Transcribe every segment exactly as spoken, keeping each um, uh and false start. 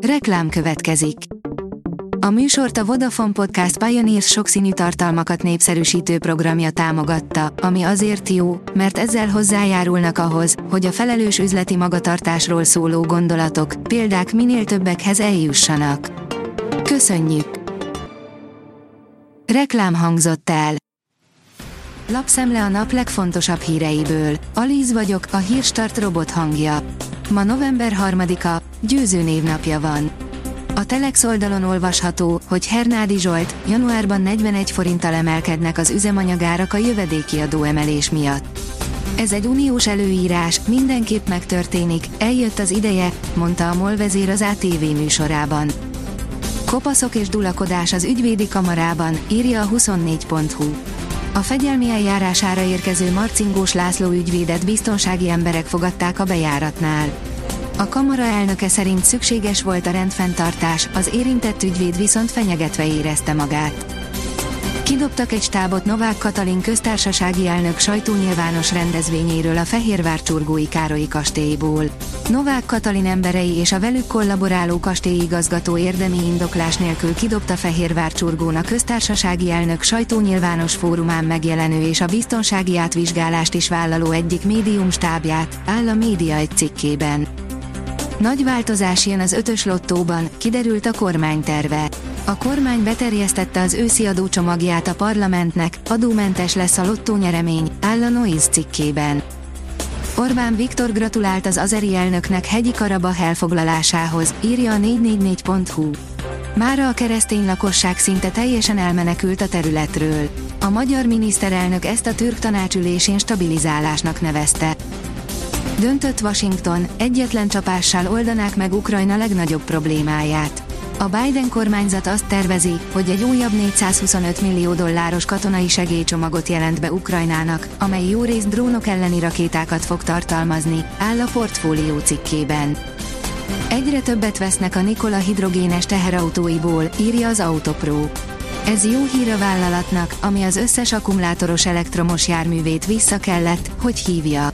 Reklám következik. A műsort a Vodafone Podcast Pioneers sokszínű tartalmakat népszerűsítő programja támogatta, ami azért jó, mert ezzel hozzájárulnak ahhoz, hogy a felelős üzleti magatartásról szóló gondolatok, példák minél többekhez eljussanak. Köszönjük! Reklám hangzott el. Lapszemle a nap legfontosabb híreiből. Alíz vagyok, a Hírstart robot hangja. Ma november harmadika, Győző névnapja van. A Telex oldalon olvasható, hogy Hernádi Zsolt, januárban negyvenegy forinttal emelkednek az üzemanyagárak a jövedéki adóemelés miatt. Ez egy uniós előírás, mindenképp megtörténik, eljött az ideje, mondta a MOL vezér az á té vé műsorában. Kopaszok és dulakodás az ügyvédi kamarában, írja a huszonnégy pont hu. A fegyelmi eljárására érkező Marcingós László ügyvédet biztonsági emberek fogadták a bejáratnál. A kamara elnöke szerint szükséges volt a rendfenntartás, az érintett ügyvéd viszont fenyegetve érezte magát. Kidobtak egy stábot Novák Katalin köztársasági elnök sajtónyilvános rendezvényéről a Fehérvár-csurgói Károlyi kastélyból. Novák Katalin emberei és a velük kollaboráló kastélyigazgató érdemi indoklás nélkül kidobta Fehérvár-csurgón a köztársasági elnök sajtónyilvános fórumán megjelenő és a biztonsági átvizsgálást is vállaló egyik médium stábját, áll a Média egy cikkében. Nagy változás jön az ötös lottóban, kiderült a kormány terve. A kormány beterjesztette az őszi adócsomagját a parlamentnek, adómentes lesz a lottónyeremény, áll a Noise cikkében. Orbán Viktor gratulált az azeri elnöknek Hegyi-Karabah elfoglalásához, írja a négy négy négy pont hu. Mára a keresztény lakosság szinte teljesen elmenekült a területről. A magyar miniszterelnök ezt a türk tanácsülésén stabilizálásnak nevezte. Döntött Washington, egyetlen csapással oldanák meg Ukrajna legnagyobb problémáját. A Biden kormányzat azt tervezi, hogy egy újabb négyszázhuszonöt millió dolláros katonai segélycsomagot jelent be Ukrajnának, amely jó részt drónok elleni rakétákat fog tartalmazni, áll a Portfólió cikkében. Egyre többet vesznek a Nikola hidrogénes teherautóiból, írja az Autopro. Ez jó hír a vállalatnak, ami az összes akkumulátoros elektromos járművét vissza kellett, hogy hívja.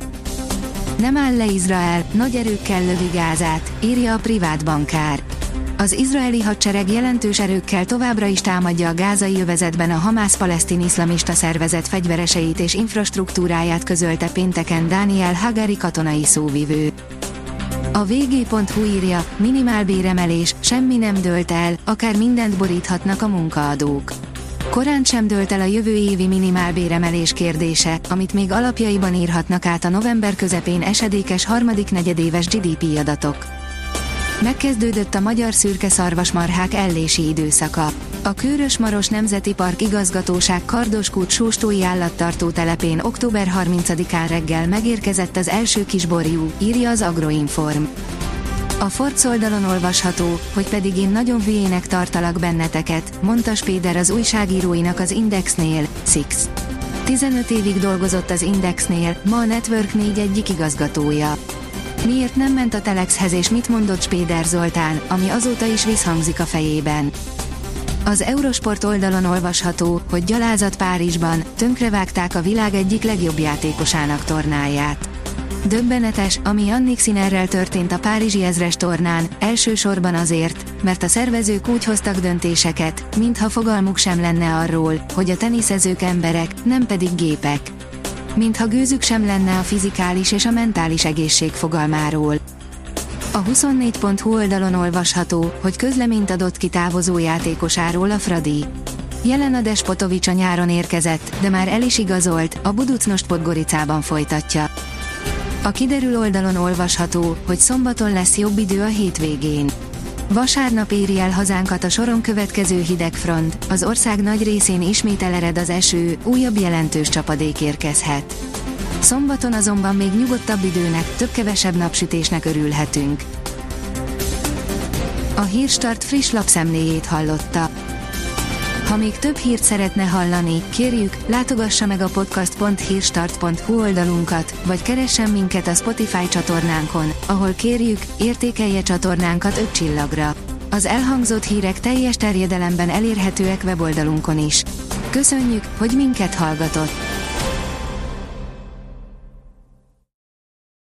Nem áll le Izrael, nagy erőkkel lövi Gázát, írja a privát bankár. Az izraeli hadsereg jelentős erőkkel továbbra is támadja a gázai övezetben a Hamász-palesztin iszlamista szervezet fegyvereseit és infrastruktúráját, közölte pénteken Daniel Hagari katonai szóvivő. A vé gé pont hu írja, minimálbéremelés, semmi nem dőlt el, akár mindent boríthatnak a munkaadók. Korán sem dőlt el a jövő évi minimálbéremelés kérdése, amit még alapjaiban írhatnak át a november közepén esedékes harmadik negyedéves gé dé pé adatok. Megkezdődött a magyar szürke szarvasmarhák ellési időszaka. A Kőrös-Maros Nemzeti Park Igazgatóság Kardoskút Sóstói állattartó telepén október harmincadikán reggel megérkezett az első kisborjú, írja az Agroinform. A Forbes oldalon olvasható, hogy pedig én nagyon hülyének tartalak benneteket, mondta Spéder az újságíróinak az Indexnél, Six. tizenöt évig dolgozott az Indexnél, ma a Network négy egyik igazgatója. Miért nem ment a Telexhez és mit mondott Spéder Zoltán, ami azóta is visszhangzik a fejében. Az Eurosport oldalon olvasható, hogy gyalázat Párizsban, tönkrevágták a világ egyik legjobb játékosának tornáját. Döbbenetes, ami Jannik Sinnerrel történt a párizsi ezres tornán, elsősorban azért, mert a szervezők úgy hoztak döntéseket, mintha fogalmuk sem lenne arról, hogy a teniszezők emberek, nem pedig gépek. Mintha gőzük sem lenne a fizikális és a mentális egészség fogalmáról. A huszonnégy pont hu oldalon olvasható, hogy közleményt adott ki távozó játékosáról a Fradi. Jelena Despotovics a nyáron érkezett, de már el is igazolt, a Buducnost Podgoricában folytatja. A Kiderül oldalon olvasható, hogy szombaton lesz jobb idő a hétvégén. Vasárnap éri el hazánkat a soron következő hideg front, az ország nagy részén ismét elered az eső, újabb jelentős csapadék érkezhet. Szombaton azonban még nyugodtabb időnek, több-kevesebb napsütésnek örülhetünk. A Hírstart friss lapszemléjét hallotta. Ha még több hírt szeretne hallani, kérjük, látogassa meg a podcast pont hírstart pont hu oldalunkat, vagy keressen minket a Spotify csatornánkon, ahol kérjük, értékelje csatornánkat öt csillagra. Az elhangzott hírek teljes terjedelemben elérhetőek weboldalunkon is. Köszönjük, hogy minket hallgatott!